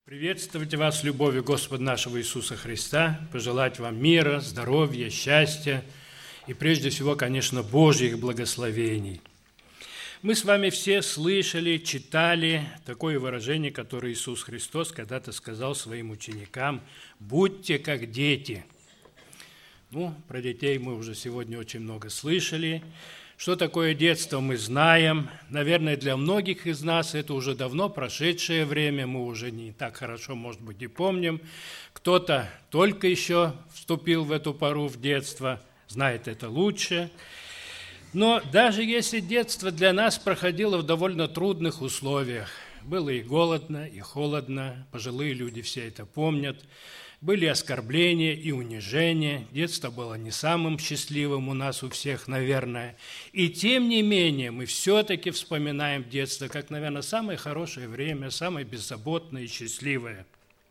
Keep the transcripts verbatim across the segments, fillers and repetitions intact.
Приветствовать вас с любовью Господа нашего Иисуса Христа, пожелать вам мира, здоровья, счастья и прежде всего, конечно, Божьих благословений. Мы с вами все слышали, читали такое выражение, которое Иисус Христос когда-то сказал своим ученикам: «Будьте как дети». Ну, про детей мы уже сегодня очень много слышали. Что такое детство, мы знаем. Наверное, для многих из нас это уже давно прошедшее время, мы уже не так хорошо, может быть, и помним. Кто-то только еще вступил в эту пору в детство, знает это лучше. Но даже если детство для нас проходило в довольно трудных условиях, было и голодно, и холодно, пожилые люди все это помнят, были оскорбления и унижения, детство было не самым счастливым у нас у всех, наверное. И тем не менее мы все-таки вспоминаем детство как, наверное, самое хорошее время, самое беззаботное и счастливое.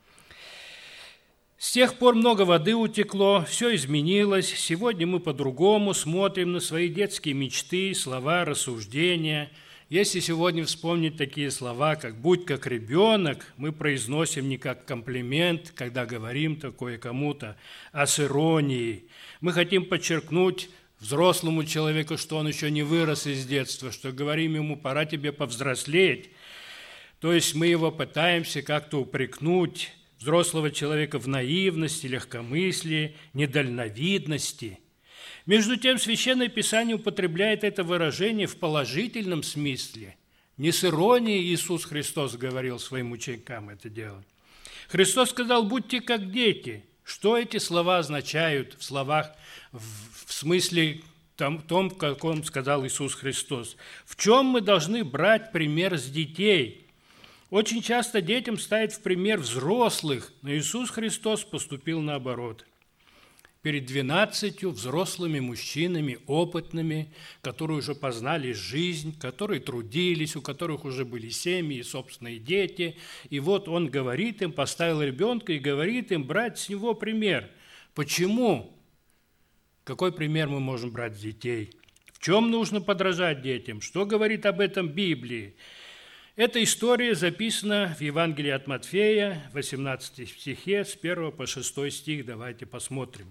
С тех пор много воды утекло, все изменилось. Сегодня мы по-другому смотрим на свои детские мечты, слова, рассуждения. Если сегодня вспомнить такие слова, как «будь как ребенок», мы произносим не как комплимент, когда говорим такое кому-то, а с иронией. Мы хотим подчеркнуть взрослому человеку, что он еще не вырос из детства, что говорим ему: «пора тебе повзрослеть». То есть мы его пытаемся как-то упрекнуть, взрослого человека, в наивности, легкомыслии, недальновидности. Между тем, Священное Писание употребляет это выражение в положительном смысле. Не с иронией Иисус Христос говорил своим ученикам это дело. Христос сказал: «Будьте как дети». Что эти слова означают в словах, в смысле том, том, как он сказал Иисус Христос? В чем мы должны брать пример с детей? Очень часто детям ставят в пример взрослых, но Иисус Христос поступил наоборот. Перед двенадцатью взрослыми мужчинами, опытными, которые уже познали жизнь, которые трудились, у которых уже были семьи и собственные дети. И вот он говорит им, поставил ребенка и говорит им брать с него пример. Почему? Какой пример мы можем брать с детей? В чем нужно подражать детям? Что говорит об этом Библия? Эта история записана в Евангелии от Матфея, восемнадцатом стихе, с первого по шестой стих. Давайте посмотрим.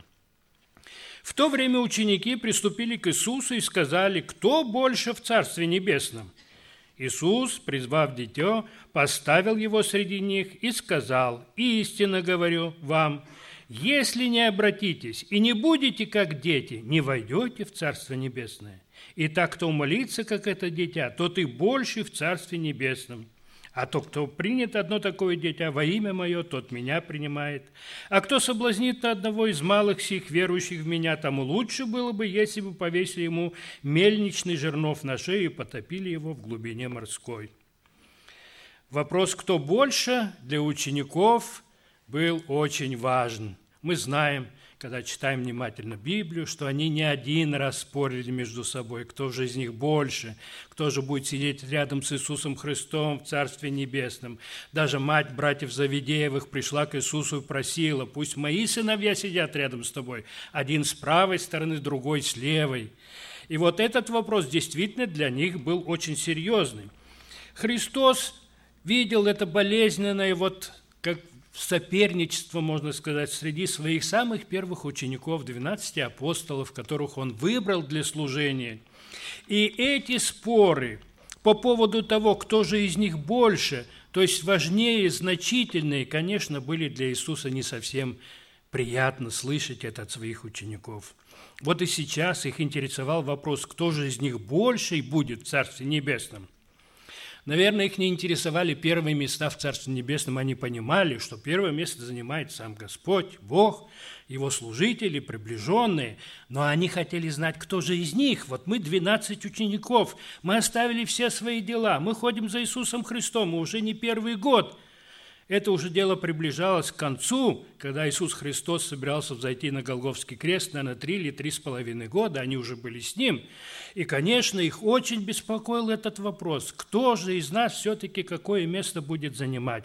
В то время ученики приступили к Иисусу и сказали: «Кто больше в Царстве Небесном?» Иисус, призвав дитё, поставил его среди них и сказал: «Истинно говорю вам, если не обратитесь и не будете как дети, не войдете в Царство Небесное. Итак, кто молится, как это дитя, тот и больше в Царстве Небесном. А тот, кто принят одно такое дитя во имя Мое, тот Меня принимает. А кто соблазнит одного из малых сих, верующих в Меня, тому лучше было бы, если бы повесили ему мельничный жернов на шею и потопили его в глубине морской». Вопрос «кто больше?» для учеников был очень важен. Мы знаем, когда читаем внимательно Библию, что они не один раз спорили между собой, кто же из них больше, кто же будет сидеть рядом с Иисусом Христом в Царстве Небесном. Даже мать братьев Завидеевых пришла к Иисусу и просила: «Пусть мои сыновья сидят рядом с тобой, один с правой стороны, другой с левой». И вот этот вопрос действительно для них был очень серьезный. Христос видел это болезненное, вот как соперничество, можно сказать, среди своих самых первых учеников, двенадцати апостолов, которых он выбрал для служения. И эти споры по поводу того, кто же из них больше, то есть важнее, значительные, конечно, были для Иисуса не совсем приятно слышать это от своих учеников. Вот и сейчас их интересовал вопрос, кто же из них больше будет в Царстве Небесном. Наверное, их не интересовали первые места в Царстве Небесном. Они понимали, что первое место занимает сам Господь, Бог, Его служители, приближенные. Но они хотели знать, кто же из них. Вот мы двенадцать учеников, мы оставили все свои дела, мы ходим за Иисусом Христом, мы уже не первый год. Это уже дело приближалось к концу, когда Иисус Христос собирался взойти на Голгофский крест, наверное, три или три с половиной года, они уже были с Ним. И, конечно, их очень беспокоил этот вопрос, кто же из нас все-таки какое место будет занимать.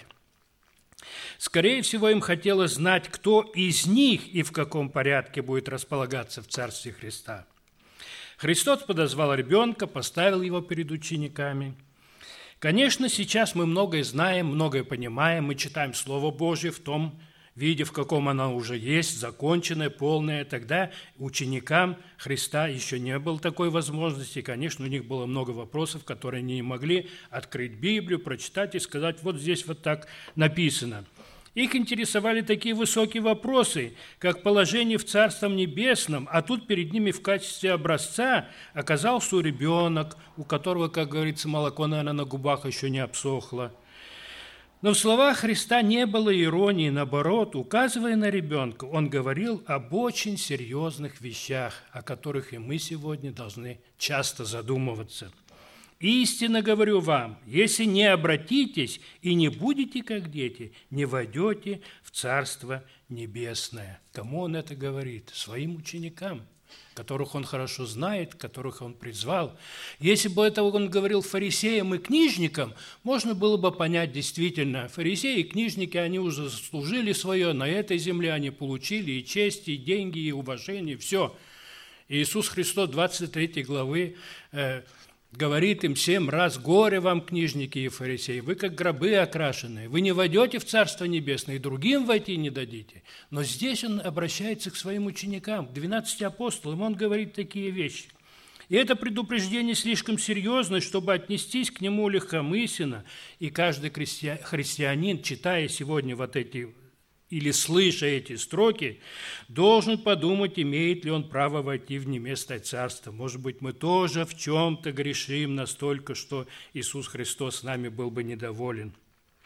Скорее всего, им хотелось знать, кто из них и в каком порядке будет располагаться в Царстве Христа. Христос подозвал ребенка, поставил его перед учениками. Конечно, сейчас мы многое знаем, многое понимаем, мы читаем Слово Божье в том виде, в каком оно уже есть, законченное, полное. Тогда ученикам Христа еще не было такой возможности. Конечно, у них было много вопросов, которые они не могли открыть Библию, прочитать и сказать, вот здесь вот так написано. Их интересовали такие высокие вопросы, как положение в Царстве Небесном, а тут перед ними в качестве образца оказался ребенок, у которого, как говорится, молоко, наверное, на губах еще не обсохло. Но в словах Христа не было иронии, наоборот, указывая на ребенка, он говорил об очень серьезных вещах, о которых и мы сегодня должны часто задумываться. «Истинно говорю вам, если не обратитесь и не будете как дети, не войдете в Царство Небесное». Кому он это говорит? Своим ученикам, которых он хорошо знает, которых он призвал. Если бы это он говорил фарисеям и книжникам, можно было бы понять действительно, фарисеи и книжники, они уже заслужили свое, на этой земле они получили и честь, и деньги, и уважение, все. И Иисус Христос, двадцать третьей главы, э, говорит им семь раз: «Горе вам, книжники и фарисеи, вы как гробы окрашенные, вы не войдете в Царство Небесное, и другим войти не дадите». Но здесь он обращается к своим ученикам, к двенадцати апостолам, он говорит такие вещи. И это предупреждение слишком серьезное, чтобы отнестись к нему легкомысленно, и каждый христианин, читая сегодня вот эти или слыша эти строки, должен подумать, имеет ли он право войти в небесное царство. Может быть, мы тоже в чем-то грешим настолько, что Иисус Христос с нами был бы недоволен.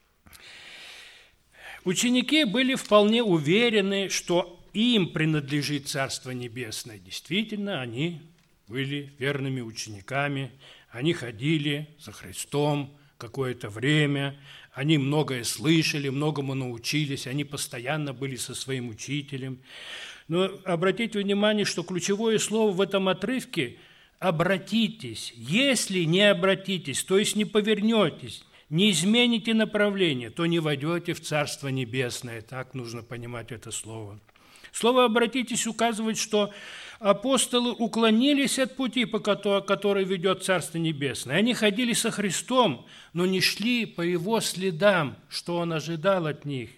Ученики были вполне уверены, что им принадлежит Царство Небесное. Действительно, они были верными учениками, они ходили за Христом какое-то время, они многое слышали, многому научились, они постоянно были со своим учителем. Но обратите внимание, что ключевое слово в этом отрывке – «обратитесь». Если не обратитесь, то есть не повернетесь, не измените направление, то не войдете в Царство Небесное. Так нужно понимать это слово. Слово «обратитесь» указывает, что апостолы уклонились от пути, по который ведет Царство Небесное. Они ходили со Христом, но не шли по Его следам, что Он ожидал от них.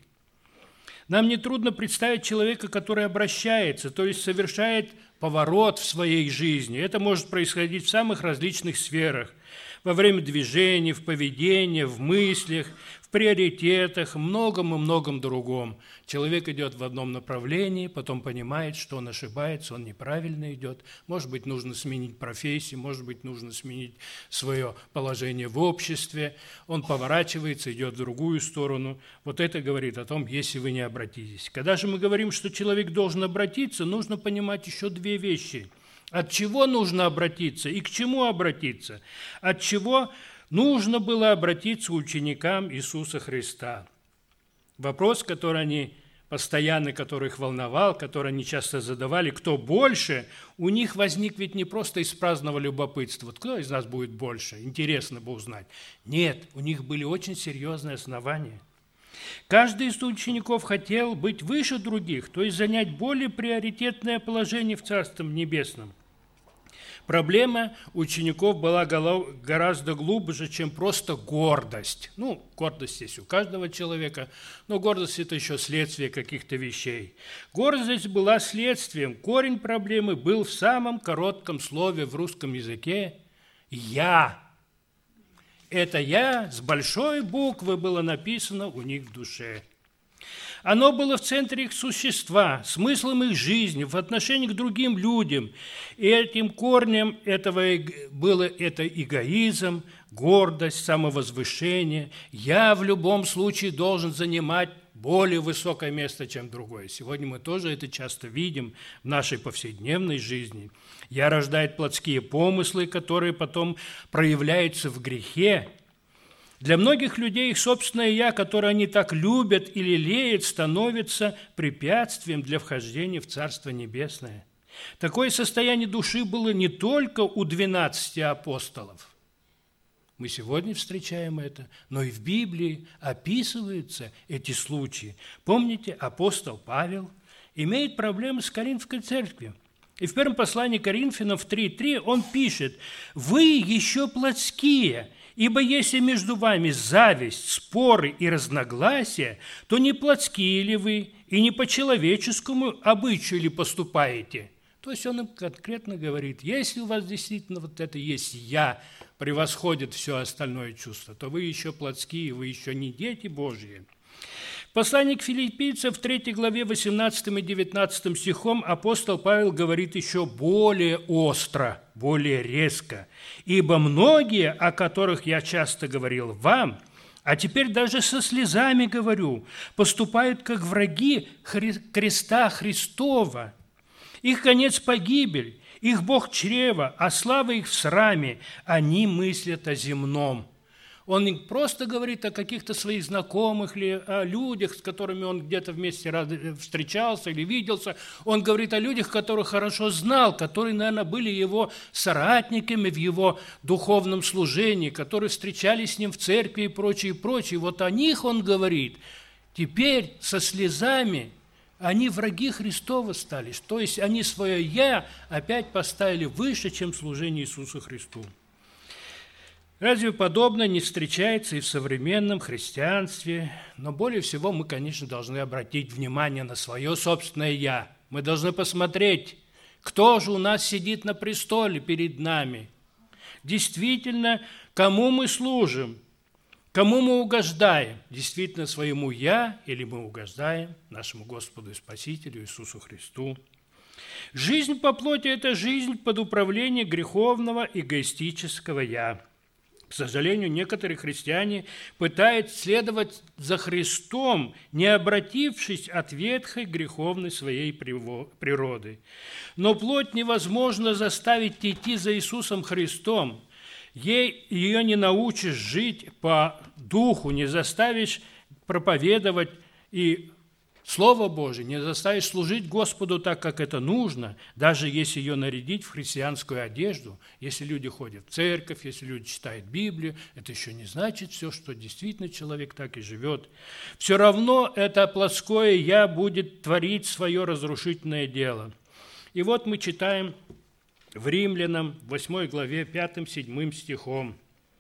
Нам нетрудно представить человека, который обращается, то есть совершает поворот в своей жизни. Это может происходить в самых различных сферах. Во время движения, в поведении, в мыслях, в приоритетах, многом и многом другом. Человек идет в одном направлении, потом понимает, что он ошибается, он неправильно идет. Может быть, нужно сменить профессию, может быть, нужно сменить свое положение в обществе. Он поворачивается, идет в другую сторону. Вот это говорит о том, если вы не обратитесь. Когда же мы говорим, что человек должен обратиться, нужно понимать еще две вещи. От чего нужно обратиться и к чему обратиться? От чего нужно было обратиться ученикам Иисуса Христа? Вопрос, который они постоянно, который их волновал, который они часто задавали, кто больше, у них возник ведь не просто из праздного любопытства. Вот кто из нас будет больше? Интересно бы узнать. Нет, у них были очень серьезные основания. Каждый из учеников хотел быть выше других, то есть занять более приоритетное положение в Царстве Небесном. Проблема учеников была гораздо глубже, чем просто гордость. Ну, гордость есть у каждого человека, но гордость – это еще следствие каких-то вещей. Гордость была следствием. Корень проблемы был в самом коротком слове в русском языке «я». Это «я» с большой буквы было написано у них в душе. Оно было в центре их существа, смыслом их жизни, в отношении к другим людям. И этим корнем этого было это эгоизм, гордость, самовозвышение. Я в любом случае должен занимать более высокое место, чем другое. Сегодня мы тоже это часто видим в нашей повседневной жизни. Я рождает плотские помыслы, которые потом проявляются в грехе. Для многих людей их собственное «я», которое они так любят и лелеют, становится препятствием для вхождения в Царство Небесное. Такое состояние души было не только у двенадцати апостолов. Мы сегодня встречаем это, но и в Библии описываются эти случаи. Помните, апостол Павел имеет проблемы с Коринфской церковью. И в первом послании к Коринфянам в три три он пишет: «Вы еще плотские, Ибо если между вами зависть, споры и разногласия, то не плотские ли вы, и не по человеческому обычаю ли поступаете?» То есть он им конкретно говорит, если у вас действительно вот это есть «я», превосходит все остальное чувство, то вы еще плотские, вы еще не дети Божьи. Послание к филиппийцам в третьей главе восемнадцатым и девятнадцатым стихом апостол Павел говорит еще более остро, более резко. «Ибо многие, о которых я часто говорил вам, а теперь даже со слезами говорю, поступают как враги креста Христова. Их конец – погибель, их Бог – чрево, а слава их в сраме, они мыслят о земном». Он не просто говорит о каких-то своих знакомых или о людях, с которыми он где-то вместе встречался или виделся. Он говорит о людях, которых хорошо знал, которые, наверное, были его соратниками в его духовном служении, которые встречались с ним в церкви и прочее, и прочее. Вот о них он говорит. Теперь со слезами они враги Христова стали. То есть они свое «я» опять поставили выше, чем служение Иисусу Христу. Разве подобное не встречается и в современном христианстве? Но более всего мы, конечно, должны обратить внимание на свое собственное «я». Мы должны посмотреть, кто же у нас сидит на престоле перед нами. Действительно, кому мы служим, кому мы угождаем? Действительно, своему «я» или мы угождаем нашему Господу и Спасителю Иисусу Христу? Жизнь по плоти – это жизнь под управлением греховного эгоистического «я». К сожалению, некоторые христиане пытаются следовать за Христом, не обратившись от ветхой греховной своей природы. Но плоть невозможно заставить идти за Иисусом Христом. Ей, ее не научишь жить по духу, не заставишь проповедовать и Слово Божие, не заставишь служить Господу так, как это нужно, даже если ее нарядить в христианскую одежду, если люди ходят в церковь, если люди читают Библию, это еще не значит все, что действительно человек так и живет. Все равно это плотское «я» будет творить свое разрушительное дело. И вот мы читаем в Римлянам, восьмой главе, пятым-седьмым стихом.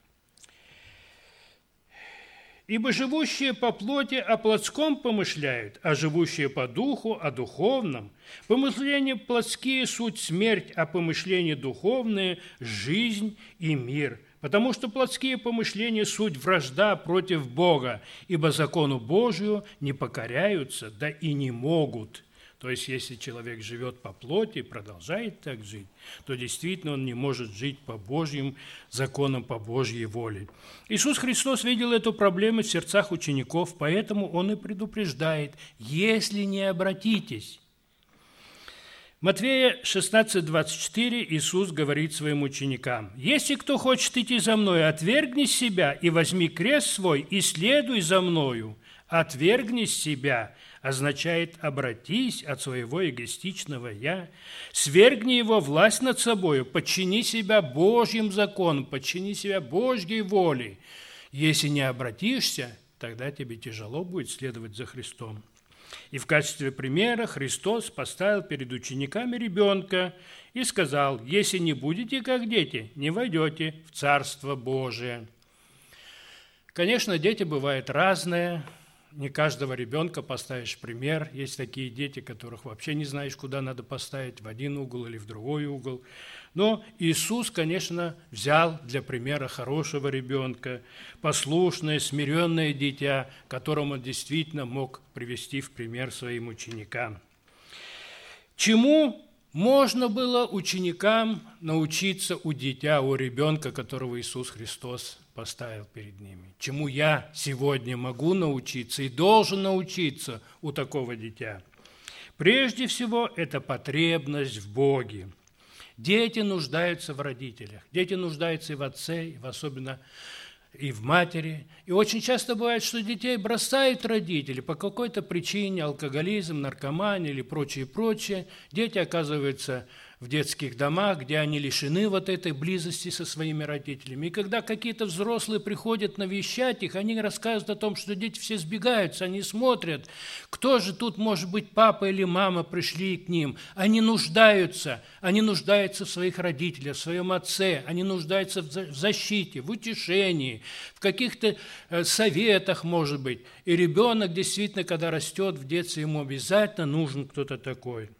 «Ибо живущие по плоти о плотском помышляют, а живущие по духу о духовном. Помышления плотские – суть смерть, а помышления духовные – жизнь и мир. Потому что плотские помышления – суть вражда против Бога, ибо закону Божию не покоряются, да и не могут». То есть, если человек живет по плоти и продолжает так жить, то действительно он не может жить по Божьим законам, по Божьей воле. Иисус Христос видел эту проблему в сердцах учеников, поэтому Он и предупреждает: «Если не обратитесь». Матфея шестнадцать двадцать четыре Иисус говорит своим ученикам: «Если кто хочет идти за Мной, отвергни себя и возьми крест свой, и следуй за Мною». «Отвергни себя» означает «обратись от своего эгоистичного «я», свергни его власть над собою, подчини себя Божьим законам, подчини себя Божьей воле. Если не обратишься, тогда тебе тяжело будет следовать за Христом». И в качестве примера Христос поставил перед учениками ребенка и сказал: «Если не будете как дети, не войдете в Царство Божие». Конечно, дети бывают разные. Не каждого ребенка поставишь пример. Есть такие дети, которых вообще не знаешь, куда надо поставить, в один угол или в другой угол. Но Иисус, конечно, взял для примера хорошего ребенка, послушное, смиренное дитя, которому он действительно мог привести в пример своим ученикам. Чему можно было ученикам научиться у дитя, у ребенка, которого Иисус Христос поставил перед ними? Чему я сегодня могу научиться и должен научиться у такого дитя? Прежде всего, это потребность в Боге. Дети нуждаются в родителях, дети нуждаются и в отце, и в особенно и в матери. И очень часто бывает, что детей бросают родители по какой-то причине, алкоголизм, наркомания или прочее, прочее. Дети оказываются в детских домах, где они лишены вот этой близости со своими родителями. И когда какие-то взрослые приходят навещать их, они рассказывают о том, что дети все сбегаются, они смотрят, кто же тут, может быть, папа или мама пришли к ним. Они нуждаются, они нуждаются в своих родителях, в своем отце, они нуждаются в защите, в утешении, в каких-то советах, может быть. И ребенок действительно, когда растет в детстве, ему обязательно нужен кто-то такой.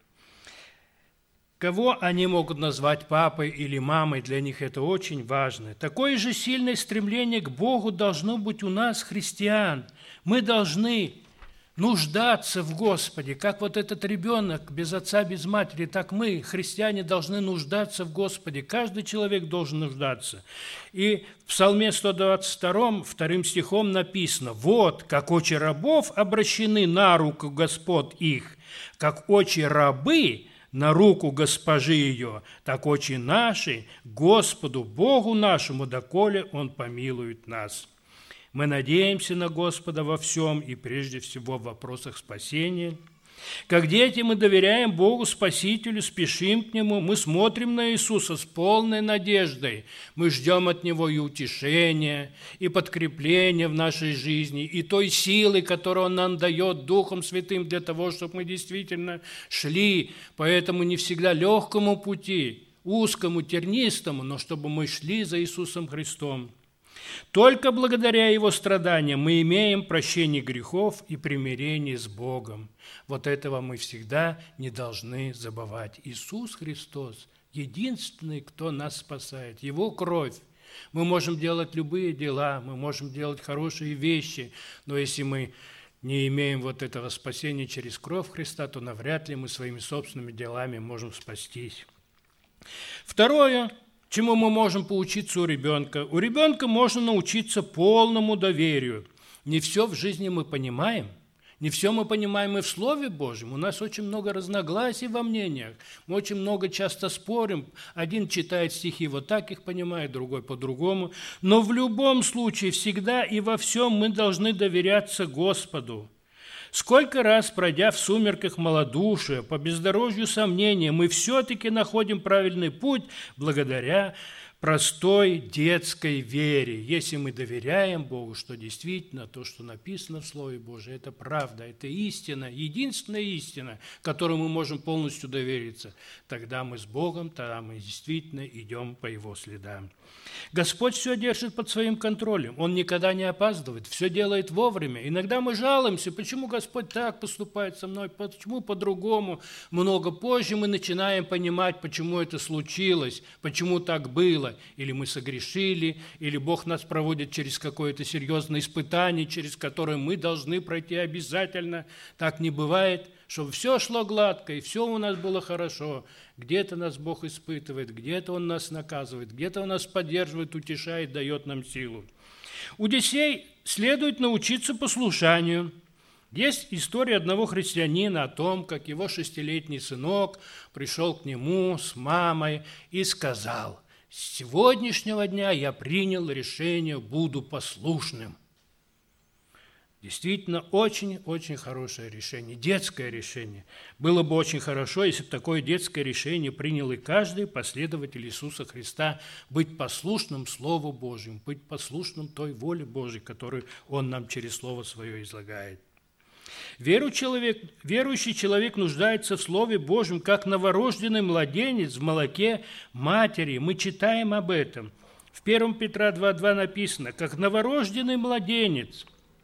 Кого они могут назвать папой или мамой, для них это очень важно. Такое же сильное стремление к Богу должно быть у нас, христиан. Мы должны нуждаться в Господе, как вот этот ребенок без отца, без матери, так мы, христиане, должны нуждаться в Господе. Каждый человек должен нуждаться. И в Псалме сто двадцать два, вторым стихом написано: «Вот, как очи рабов обращены на руку Господ их, как очи рабы на руку госпожи ее, так очи наши Господу, Богу нашему, доколе Он помилует нас». Мы надеемся на Господа во всем и прежде всего в вопросах спасения. Как дети мы доверяем Богу Спасителю, спешим к Нему, мы смотрим на Иисуса с полной надеждой. Мы ждем от Него и утешения, и подкрепления в нашей жизни, и той силы, которую Он нам дает Духом Святым для того, чтобы мы действительно шли по этому не всегда легкому пути, узкому, тернистому, но чтобы мы шли за Иисусом Христом. Только благодаря Его страданиям мы имеем прощение грехов и примирение с Богом. Вот этого мы всегда не должны забывать. Иисус Христос – единственный, кто нас спасает. Его кровь. Мы можем делать любые дела, мы можем делать хорошие вещи, но если мы не имеем вот этого спасения через кровь Христа, то навряд ли мы своими собственными делами можем спастись. Второе – чему мы можем поучиться у ребенка? У ребенка можно научиться полному доверию. Не все в жизни мы понимаем, не все мы понимаем и в Слове Божьем. У нас очень много разногласий во мнениях, мы очень много часто спорим. Один читает стихи вот так их понимает, другой по-другому. Но в любом случае, всегда и во всем мы должны доверяться Господу. Сколько раз, пройдя в сумерках малодушия, по бездорожью сомнения, мы все-таки находим правильный путь благодаря простой детской вере. Если мы доверяем Богу, что действительно то, что написано в Слове Божьем, это правда, это истина, единственная истина, которой мы можем полностью довериться, тогда мы с Богом, тогда мы действительно идем по Его следам. Господь все держит под своим контролем, Он никогда не опаздывает, все делает вовремя. Иногда мы жалуемся, почему Господь так поступает со мной, почему по-другому. Много позже мы начинаем понимать, почему это случилось, почему так было. Или мы согрешили, или Бог нас проводит через какое-то серьезное испытание, через которое мы должны пройти обязательно. Так не бывает, чтобы все шло гладко, и все у нас было хорошо. Где-то нас Бог испытывает, где-то Он нас наказывает, где-то Он нас поддерживает, утешает, дает нам силу. У детей следует научиться послушанию. Есть история одного христианина о том, как его шестилетний сынок пришел к нему с мамой и сказал: «С сегодняшнего дня я принял решение, буду послушным». Действительно, очень-очень хорошее решение, детское решение. Было бы очень хорошо, если бы такое детское решение принял и каждый последователь Иисуса Христа, быть послушным Слову Божьему, быть послушным той воле Божьей, которую Он нам через Слово Свое излагает. Верующий человек, верующий человек нуждается в Слове Божьем, как новорожденный младенец в молоке матери. Мы читаем об этом. В первом Петра два два написано: «Как новорожденный младенец,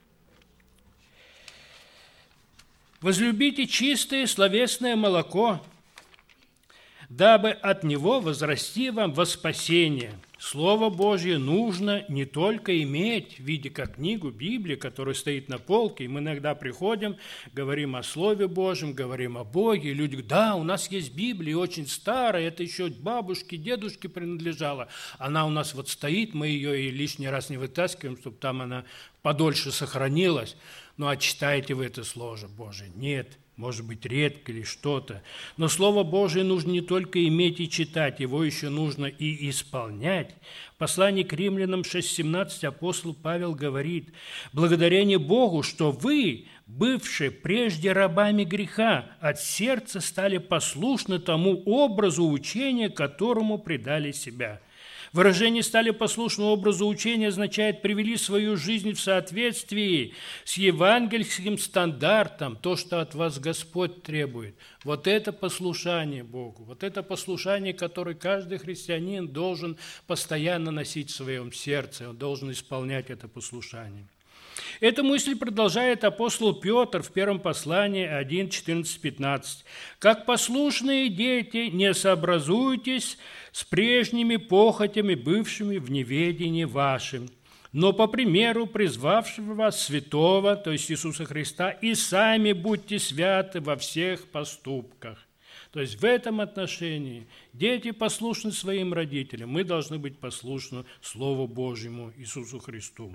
возлюбите чистое словесное молоко, дабы от него возрасти вам во спасение». Слово Божье нужно не только иметь в виде как книгу, Библию, которая стоит на полке, и мы иногда приходим, говорим о Слове Божьем, говорим о Боге, и люди говорят: да, у нас есть Библия, очень старая, это еще бабушке, дедушке принадлежала, она у нас вот стоит, мы ее и лишний раз не вытаскиваем, чтобы там она подольше сохранилась. Ну а читаете вы это Слово Божие? Нет. может быть, редко или что-то. Но Слово Божие нужно не только иметь и читать, его еще нужно и исполнять. В послании к Римлянам шесть семнадцать апостол Павел говорит: «Благодарение Богу, что вы, бывшие прежде рабами греха, от сердца стали послушны тому образу учения, которому предали себя». Выражение «стали послушны образу учения» означает «привели свою жизнь в соответствии с евангельским стандартом, то, что от вас Господь требует». Вот это послушание Богу, вот это послушание, которое каждый христианин должен постоянно носить в своем сердце, он должен исполнять это послушание. Эту мысль продолжает апостол Петр в первом послании один, четырнадцать, пятнадцать. «Как послушные дети, не сообразуйтесь с прежними похотями, бывшими в неведении вашим, но по примеру призвавшего вас святого, то есть Иисуса Христа, и сами будьте святы во всех поступках». То есть в этом отношении дети послушны своим родителям, мы должны быть послушны Слову Божьему, Иисусу Христу.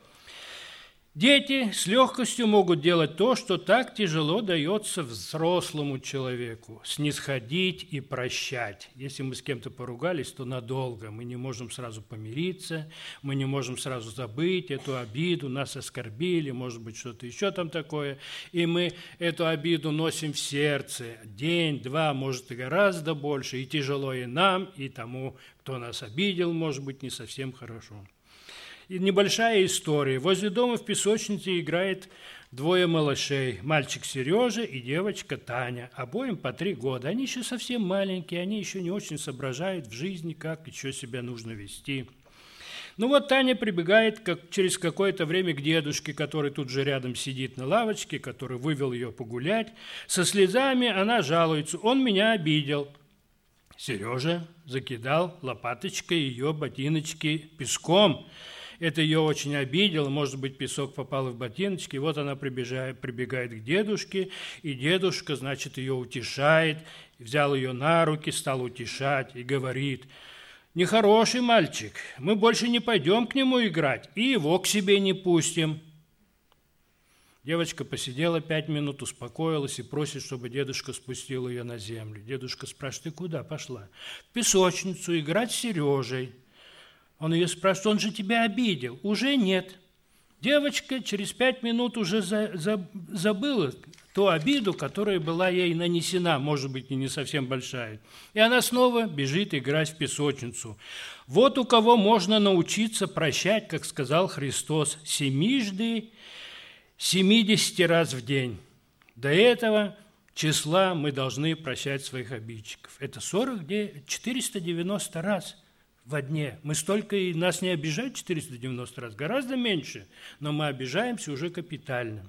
Дети с легкостью могут делать то, что так тяжело дается взрослому человеку – снисходить и прощать. Если мы с кем-то поругались, то надолго. Мы не можем сразу помириться, мы не можем сразу забыть эту обиду, нас оскорбили, может быть, что-то еще там такое. И мы эту обиду носим в сердце день, два, может, и гораздо больше. И тяжело и нам, и тому, кто нас обидел, может быть, не совсем хорошо. И небольшая история. Возле дома в песочнице играет двое малышей. Мальчик Сережа и девочка Таня. Обоим по три года. Они еще совсем маленькие, они еще не очень соображают в жизни, как еще себя нужно вести. Ну вот Таня прибегает как, через какое-то время к дедушке, который тут же рядом сидит на лавочке, который вывел ее погулять. Со слезами она жалуется: «Он меня обидел». Сережа закидал лопаточкой ее ботиночки песком. Это ее очень обидело, может быть, песок попал в ботиночки. И вот она прибежает, прибегает к дедушке, и дедушка, значит, ее утешает, взял ее на руки, стал утешать и говорит: «Нехороший мальчик, мы больше не пойдем к нему играть, и его к себе не пустим». Девочка посидела пять минут, успокоилась и просит, чтобы дедушка спустил ее на землю. Дедушка спрашивает: «Ты куда пошла?» «В песочницу играть с Сережей». Он ее спрашивает: «Он же тебя обидел?» «Уже нет». Девочка через пять минут уже за, за, забыла ту обиду, которая была ей нанесена, может быть, и не совсем большая. И она снова бежит играть в песочницу. Вот у кого можно научиться прощать, как сказал Христос, семижды, семидесяти раз в день. До этого числа мы должны прощать своих обидчиков. Это сорок, четыреста девяносто раз во дне. Мы столько, и нас не обижают четыреста девяносто раз, гораздо меньше, но мы обижаемся уже капитально.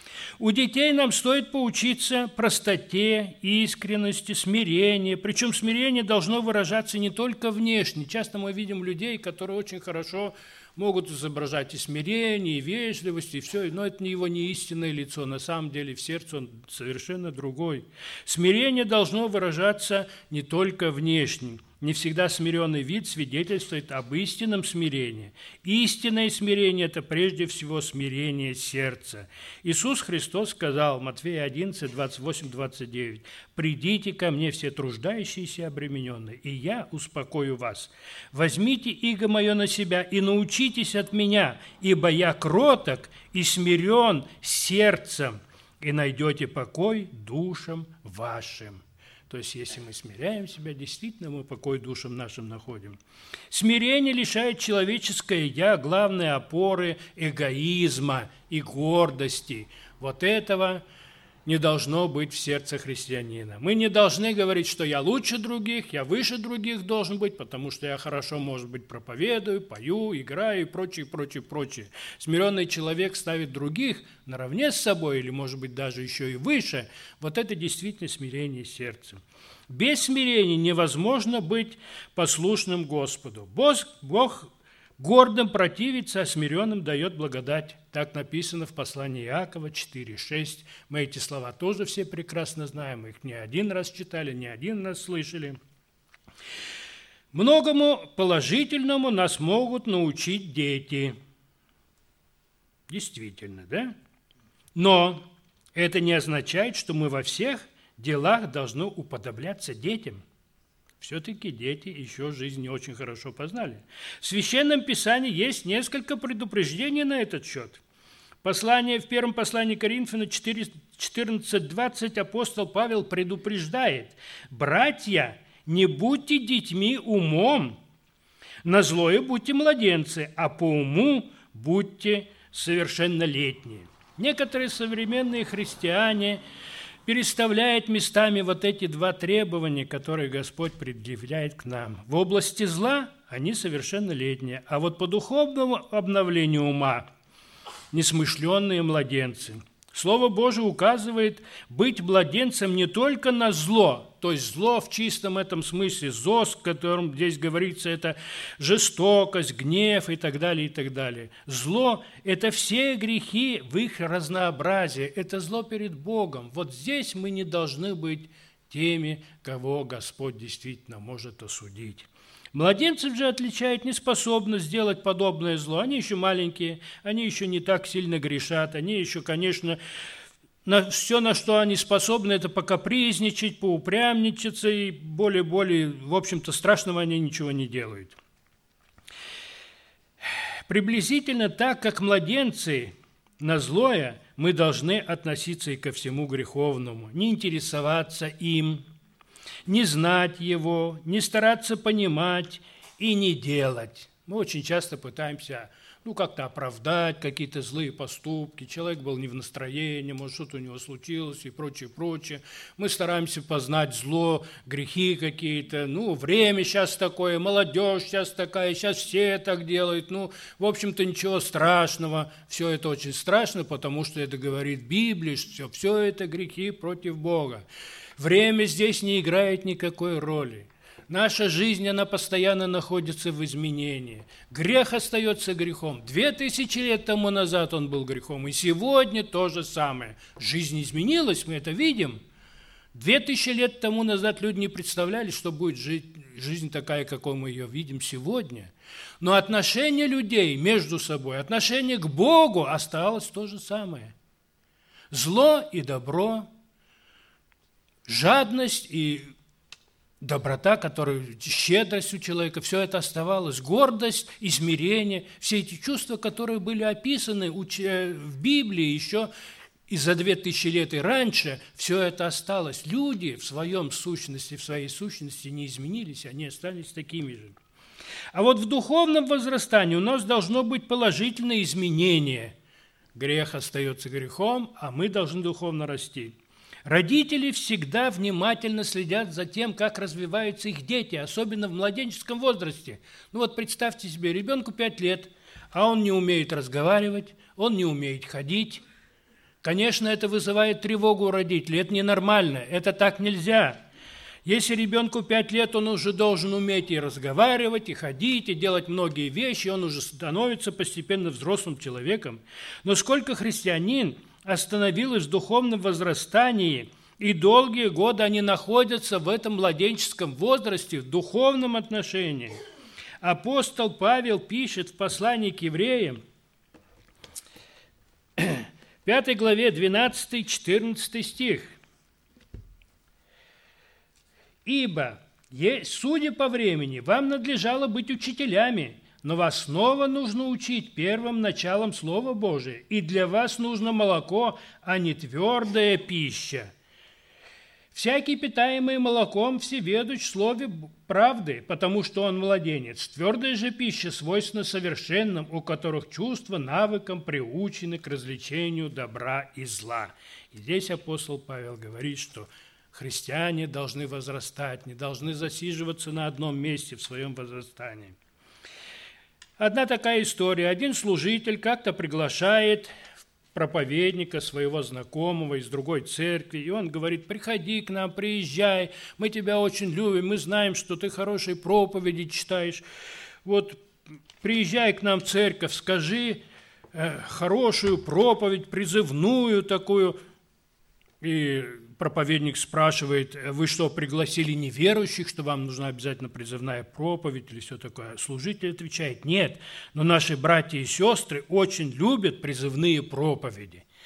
У детей нам стоит поучиться простоте, искренности, смирению. Причем смирение должно выражаться не только внешне. Часто мы видим людей, которые очень хорошо могут изображать и смирение, и вежливость, и все, но это не его не истинное лицо. На самом деле в сердце он совершенно другой. Смирение должно выражаться не только внешне. Не всегда смиренный вид свидетельствует об истинном смирении. Истинное смирение – это прежде всего смирение сердца. Иисус Христос сказал, Матфея одиннадцать, двадцать восемь, двадцать девять, «Придите ко мне все труждающиеся и обремененные, и я успокою вас. Возьмите иго мое на себя и научитесь от меня, ибо я кроток и смирен сердцем, и найдете покой душам вашим». То есть, если мы смиряем себя, действительно мы покой душам нашим находим. Смирение лишает человеческое «я» главной опоры эгоизма и гордости. Вот этого не должно быть в сердце христианина. Мы не должны говорить, что я лучше других, я выше других должен быть, потому что я хорошо, может быть, проповедую, пою, играю и прочее, прочее, прочее. Смиренный человек ставит других наравне с собой или, может быть, даже еще и выше. Вот это действительно смирение сердца. Без смирения невозможно быть послушным Господу. Бог гордым противится, а смиренным дает благодать. Так написано в послании Иакова четыре шесть. Мы эти слова тоже все прекрасно знаем. Их не один раз читали, не один раз слышали. Многому положительному нас могут научить дети. Действительно, да? Но это не означает, что мы во всех делах должны уподобляться детям. Все-таки дети еще жизнь не очень хорошо познали. В Священном Писании есть несколько предупреждений на этот счет. Послание, в первом послании Коринфянам четырнадцать двадцать апостол Павел предупреждает: «Братья, не будьте детьми умом, на злое будьте младенцы, а по уму будьте совершеннолетние». Некоторые современные христиане переставляет местами вот эти два требования, которые Господь предъявляет к нам. В области зла они совершеннолетние, а вот по духовному обновлению ума несмышленные младенцы. Слово Божие указывает быть младенцем не только на зло, то есть зло в чистом этом смысле, зос, о котором здесь говорится, это жестокость, гнев и так далее, и так далее. Зло – это все грехи в их разнообразии, это зло перед Богом. Вот здесь мы не должны быть теми, кого Господь действительно может осудить. Младенцев же отличает неспособность сделать подобное зло. Они еще маленькие, они еще не так сильно грешат, они еще, конечно, на все, на что они способны, это покапризничать, поупрямничаться, и более-более, в общем-то, страшного они ничего не делают. Приблизительно так, как младенцы на злое, мы должны относиться и ко всему греховному, не интересоваться им, не знать его, не стараться понимать и не делать. Мы очень часто пытаемся, ну, как-то оправдать какие-то злые поступки. Человек был не в настроении, может, что-то у него случилось и прочее, прочее. Мы стараемся познать зло, грехи какие-то. Ну, время сейчас такое, молодежь сейчас такая, сейчас все так делают. Ну, в общем-то, ничего страшного. Все это очень страшно, потому что это говорит Библия, что все, все это грехи против Бога. Время здесь не играет никакой роли. Наша жизнь, она постоянно находится в изменении. Грех остается грехом. Две тысячи лет тому назад он был грехом, и сегодня то же самое. Жизнь изменилась, мы это видим. Две тысячи лет тому назад люди не представляли, что будет жить, жизнь такая, какой мы ее видим сегодня. Но отношение людей между собой, отношение к Богу осталось то же самое. Зло и добро, жадность и доброта, которая, щедрость у человека, все это оставалось, гордость и смирение, все эти чувства, которые были описаны в Библии еще и за две тысячи лет и раньше, все это осталось. Люди в своем сущности, в своей сущности не изменились, они остались такими же. А вот в духовном возрастании у нас должно быть положительное изменение. Грех остается грехом, а мы должны духовно расти. Родители всегда внимательно следят за тем, как развиваются их дети, особенно в младенческом возрасте. Ну вот представьте себе, ребенку пять лет, а он не умеет разговаривать, он не умеет ходить. Конечно, это вызывает тревогу у родителей, это ненормально, это так нельзя. Если ребенку пять лет, он уже должен уметь и разговаривать, и ходить, и делать многие вещи, он уже становится постепенно взрослым человеком. Но сколько христианин остановилось в духовном возрастании, и долгие годы они находятся в этом младенческом возрасте, в духовном отношении. Апостол Павел пишет в послании к евреям, пятой главе, двенадцатый-четырнадцатый стих. «Ибо, судя по времени, вам надлежало быть учителями, но вас снова нужно учить первым началом Слова Божия, и для вас нужно молоко, а не твердая пища. Всякий, питаемый молоком, всеведущ в слове правды, потому что он младенец. Твердая же пища свойственна совершенным, у которых чувства навыком приучены к развлечению добра и зла». И здесь апостол Павел говорит, что христиане должны возрастать, не должны засиживаться на одном месте в своем возрастании. Одна такая история. Один служитель как-то приглашает проповедника, своего знакомого из другой церкви, и он говорит: приходи к нам, приезжай, мы тебя очень любим, мы знаем, что ты хорошие проповеди читаешь. Вот приезжай к нам в церковь, скажи э, хорошую проповедь, призывную такую. И проповедник спрашивает: вы что, пригласили неверующих, что вам нужна обязательно призывная проповедь или все такое? Служитель отвечает: нет, но наши братья и сестры очень любят призывные проповеди.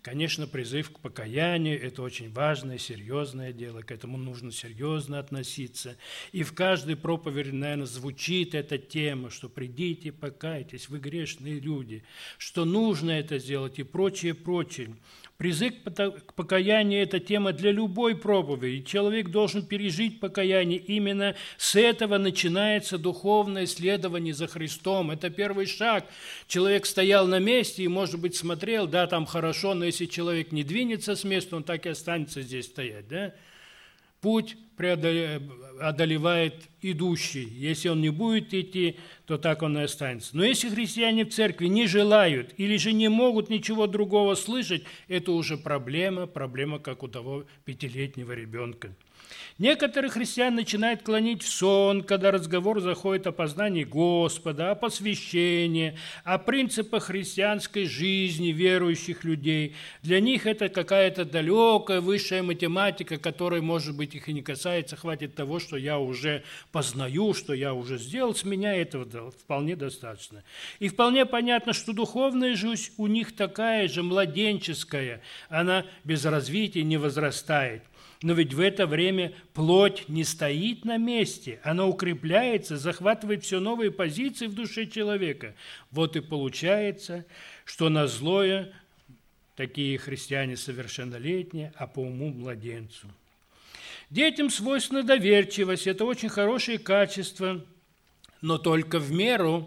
Конечно, призыв к покаянию – это очень важное, серьезное дело, к этому нужно серьезно относиться. И в каждой проповеди, наверное, звучит эта тема, что придите, покайтесь, вы грешные люди, что нужно это сделать и прочее, прочее. Призыв к покаянию – это тема для любой проповеди. Человек должен пережить покаяние. Именно с этого начинается духовное следование за Христом. Это первый шаг. Человек стоял на месте и, может быть, смотрел, да, там хорошо, но если человек не двинется с места, он так и останется здесь стоять, да? Путь одолевает идущий. Если он не будет идти, то так он и останется. Но если христиане в церкви не желают или же не могут ничего другого слышать, это уже проблема, проблема, как у того пятилетнего ребенка. Некоторые христиане начинают клонить в сон, когда разговор заходит о познании Господа, о посвящении, о принципах христианской жизни верующих людей. Для них это какая-то далекая высшая математика, которая, может быть, их и не касается. Хватит того, что я уже познаю, что я уже сделал, с меня этого вполне достаточно. И вполне понятно, что духовная жизнь у них такая же, младенческая, она без развития не возрастает. Но ведь в это время плоть не стоит на месте, она укрепляется, захватывает все новые позиции в душе человека. Вот и получается, что на злое такие христиане совершеннолетние, а по уму младенцу. Детям свойственна доверчивость, это очень хорошее качество, но только в меру.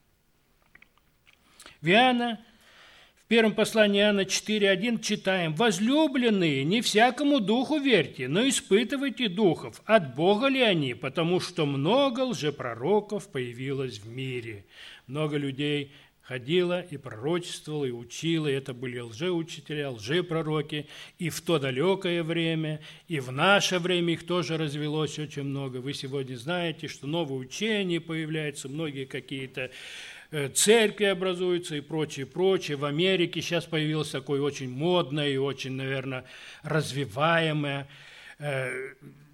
В Иоанна В первом послании Иоанна четыре один читаем: «Возлюбленные, не всякому духу верьте, но испытывайте духов, от Бога ли они, потому что много лжепророков появилось в мире». Много людей ходило и пророчествовало, и учило, и это были лжеучителя, лжепророки, и в то далекое время, и в наше время их тоже развелось очень много. Вы сегодня знаете, что новые учения появляются, многие какие-то церкви образуются и прочее, прочее. В Америке сейчас появилось такое очень модное и очень, наверное, развиваемое э,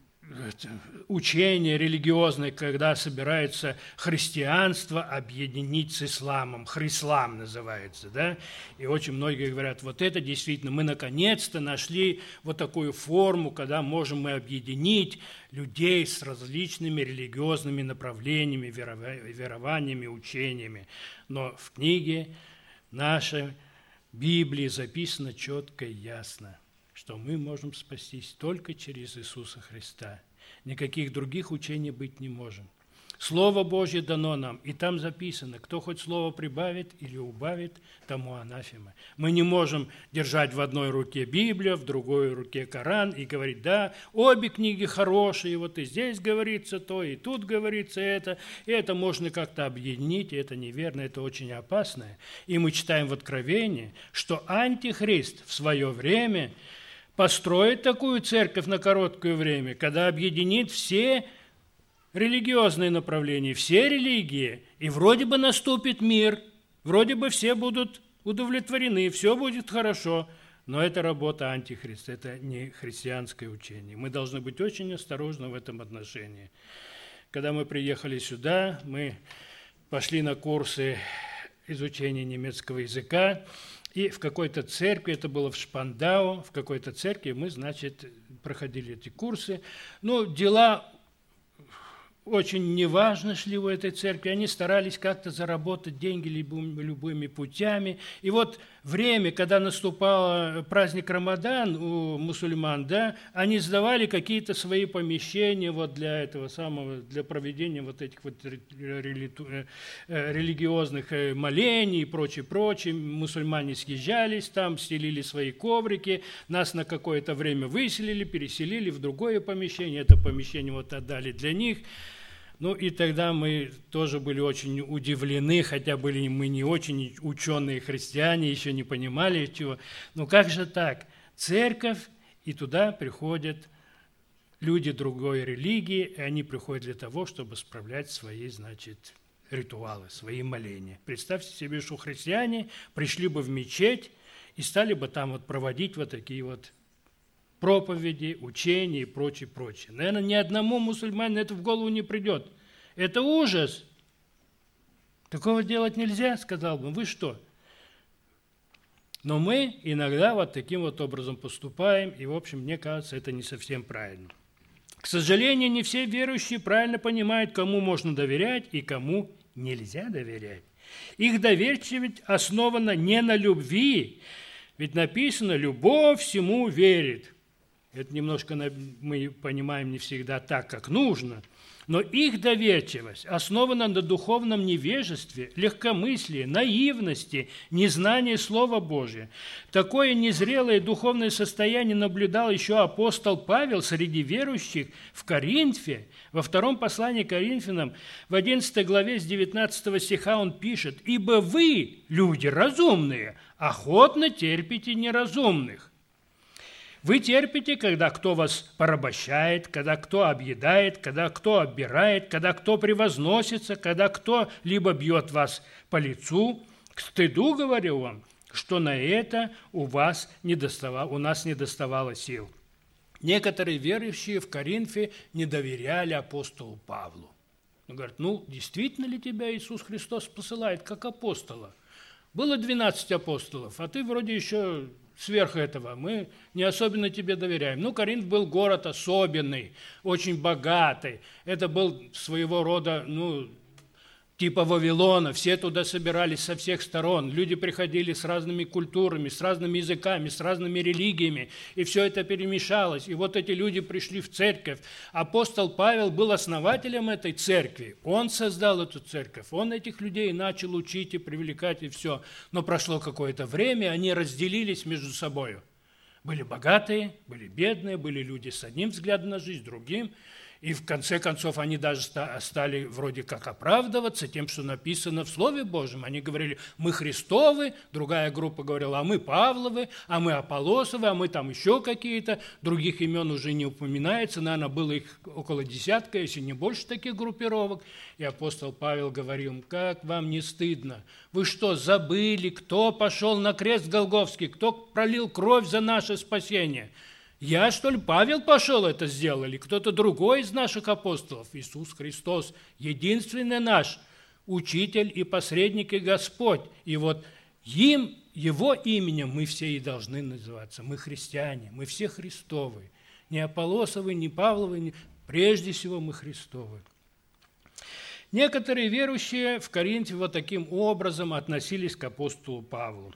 учение религиозное, когда собирается христианство объединить с исламом. Хрислам называется, да? И очень многие говорят, вот это действительно, мы наконец-то нашли вот такую форму, когда можем мы объединить людей с различными религиозными направлениями, верованиями, учениями. Но в книге нашей Библии записано четко и ясно, что мы можем спастись только через Иисуса Христа. Никаких других учений быть не можем. Слово Божье дано нам, и там записано, кто хоть слово прибавит или убавит, тому анафема. Мы не можем держать в одной руке Библию, в другой руке Коран и говорить, да, обе книги хорошие, вот и здесь говорится то, и тут говорится это, и это можно как-то объединить, и это неверно, это очень опасно. И мы читаем в Откровении, что антихрист в свое время построит такую церковь на короткое время, когда объединит все религиозные направления, все религии, и вроде бы наступит мир, вроде бы все будут удовлетворены, все будет хорошо, но это работа антихриста, это не христианское учение. Мы должны быть очень осторожны в этом отношении. Когда мы приехали сюда, мы пошли на курсы изучения немецкого языка, и в какой-то церкви, это было в Шпандау, в какой-то церкви мы, значит, проходили эти курсы. Ну, дела очень неважно шли в этой церкви, они старались как-то заработать деньги любыми, любыми путями. И вот время, когда наступал праздник Рамадан у мусульман, да, они сдавали какие-то свои помещения вот для этого самого, для проведения вот этих вот религиозных молений и прочее, прочее. Мусульмане съезжались там, стелили свои коврики, нас на какое-то время выселили, переселили в другое помещение, это помещение вот отдали для них. Ну и тогда мы тоже были очень удивлены, хотя были мы не очень ученые христиане, еще не понимали чего. Но как же так? Церковь, и туда приходят люди другой религии, и они приходят для того, чтобы справлять свои, значит, ритуалы, свои моления. Представьте себе, что христиане пришли бы в мечеть и стали бы там вот проводить вот такие вот проповеди, учения и прочее, прочее. Наверное, ни одному мусульманину это в голову не придет. Это ужас. Такого делать нельзя, сказал бы. Вы что? Но мы иногда вот таким вот образом поступаем, и, в общем, мне кажется, это не совсем правильно. К сожалению, не все верующие правильно понимают, кому можно доверять и кому нельзя доверять. Их доверчивость основана не на любви, ведь написано «любовь всему верит». Это немножко мы понимаем не всегда так, как нужно. Но их доверчивость основана на духовном невежестве, легкомыслии, наивности, незнании Слова Божия. Такое незрелое духовное состояние наблюдал еще апостол Павел среди верующих в Коринфе. Во втором послании к Коринфянам, в одиннадцатой главе с девятнадцатого стиха он пишет: «Ибо вы, люди разумные, охотно терпите неразумных». Вы терпите, когда кто вас порабощает, когда кто объедает, когда кто оббирает, когда кто превозносится, когда кто либо бьет вас по лицу. К стыду говорю вам, что на это у вас не доставало, у нас не доставало сил. Некоторые верующие в Коринфе не доверяли апостолу Павлу. Он говорит: ну, действительно ли тебя Иисус Христос посылает как апостола? Было двенадцать апостолов, а ты вроде еще... Сверх этого мы не особенно тебе доверяем. Ну, Коринф был город особенный, очень богатый. Это был своего рода, ну, типа Вавилона. Все туда собирались со всех сторон. Люди приходили с разными культурами, с разными языками, с разными религиями. И все это перемешалось. И вот эти люди пришли в церковь. Апостол Павел был основателем этой церкви. Он создал эту церковь. Он этих людей начал учить и привлекать, и все. Но прошло какое-то время, они разделились между собой. Были богатые, были бедные, были люди с одним взглядом на жизнь, другим. И в конце концов они даже стали вроде как оправдываться тем, что написано в Слове Божьем. Они говорили: мы Христовы, другая группа говорила: а мы Павловы, а мы Аполлосовы, а мы там еще какие-то. Других имен уже не упоминается, наверное, было их около десятка, если не больше таких группировок. И апостол Павел говорил: как вам не стыдно? Вы что, забыли, кто пошел на крест Голгофский, кто пролил кровь за наше спасение? Я, что ли, Павел пошел это сделал, или кто-то другой из наших апостолов? Иисус Христос, единственный наш учитель и посредник и Господь. И вот им, его именем мы все и должны называться. Мы христиане, мы все Христовы. Не Аполлосовы, не Павловы, не... прежде всего мы Христовы. Некоторые верующие в Коринфе вот таким образом относились к апостолу Павлу.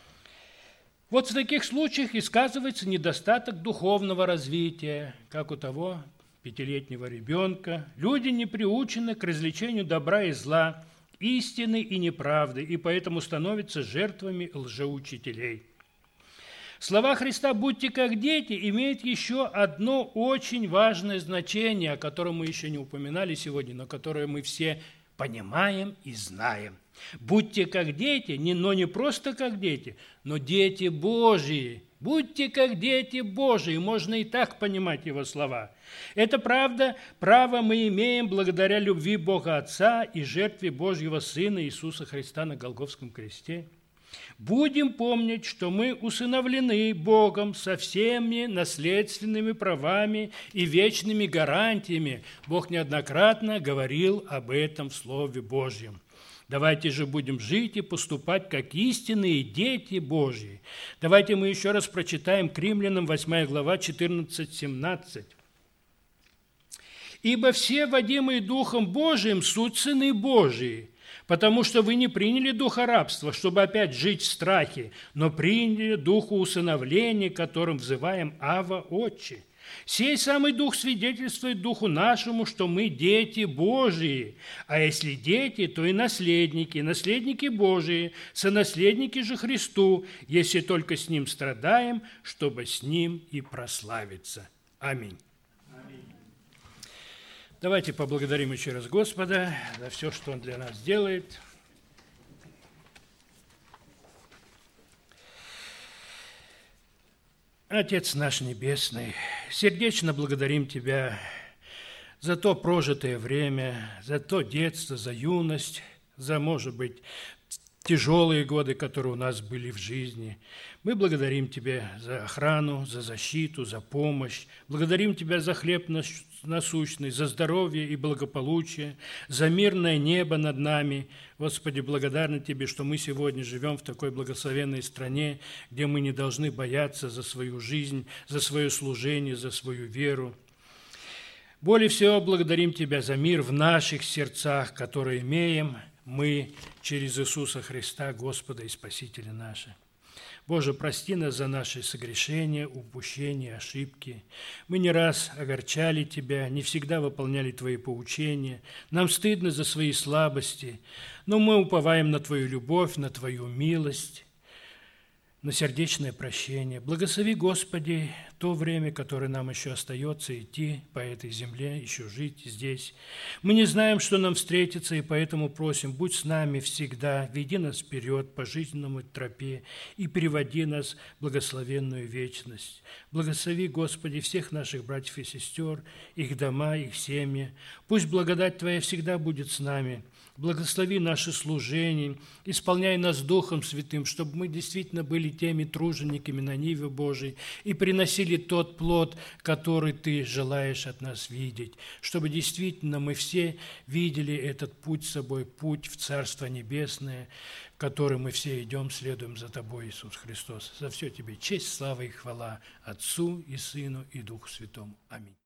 Вот в таких случаях и сказывается недостаток духовного развития, как у того пятилетнего ребенка. Люди не приучены к развлечению добра и зла, истины и неправды, и поэтому становятся жертвами лжеучителей. Слова Христа «будьте как дети» имеют еще одно очень важное значение, о котором мы еще не упоминали сегодня, но которое мы все понимаем и знаем. Будьте как дети, но не просто как дети, но дети Божьи. Будьте как дети Божьи, можно и так понимать его слова. Это правда, право мы имеем благодаря любви Бога Отца и жертве Божьего Сына Иисуса Христа на Голгофском кресте. Будем помнить, что мы усыновлены Богом со всеми наследственными правами и вечными гарантиями. Бог неоднократно говорил об этом в Слове Божьем. Давайте же будем жить и поступать, как истинные дети Божьи. Давайте мы еще раз прочитаем к Римлянам восьмая глава четырнадцать-семнадцать. «Ибо все, водимые Духом Божиим, суть сыны Божии, потому что вы не приняли духа рабства, чтобы опять жить в страхе, но приняли духу усыновления, которым взываем Ава, Отче. Сей самый Дух свидетельствует Духу нашему, что мы дети Божии, а если дети, то и наследники, наследники Божии, сонаследники же Христу, если только с Ним страдаем, чтобы с Ним и прославиться. Аминь». Аминь. Давайте поблагодарим еще раз Господа за все, что Он для нас делает. Отец наш Небесный, сердечно благодарим Тебя за то прожитое время, за то детство, за юность, за, может быть, тяжелые годы, которые у нас были в жизни. Мы благодарим Тебя за охрану, за защиту, за помощь. Благодарим Тебя за хлеб насущный, за здоровье и благополучие, за мирное небо над нами. Господи, благодарны Тебе, что мы сегодня живем в такой благословенной стране, где мы не должны бояться за свою жизнь, за свое служение, за свою веру. Более всего благодарим Тебя за мир в наших сердцах, который имеем мы через Иисуса Христа, Господа и Спасителя нашего. Боже, прости нас за наши согрешения, упущения, ошибки. Мы не раз огорчали Тебя, не всегда выполняли Твои поучения. Нам стыдно за свои слабости, но мы уповаем на Твою любовь, на Твою милость, на сердечное прощение. Благослови, Господи, то время, которое нам еще остается идти по этой земле, еще жить здесь. Мы не знаем, что нам встретится, и поэтому просим, будь с нами всегда, веди нас вперед по жизненному тропе и приводи нас в благословенную вечность. Благослови, Господи, всех наших братьев и сестер, их дома, их семьи. Пусть благодать Твоя всегда будет с нами. Благослови наше служение, исполняй нас Духом Святым, чтобы мы действительно были теми тружениками на ниве Божией и приносили тот плод, который Ты желаешь от нас видеть, чтобы действительно мы все видели этот путь с собой, путь в Царство Небесное, в который мы все идем, следуем за Тобой, Иисус Христос. За все Тебе честь, слава и хвала Отцу и Сыну и Духу Святому. Аминь.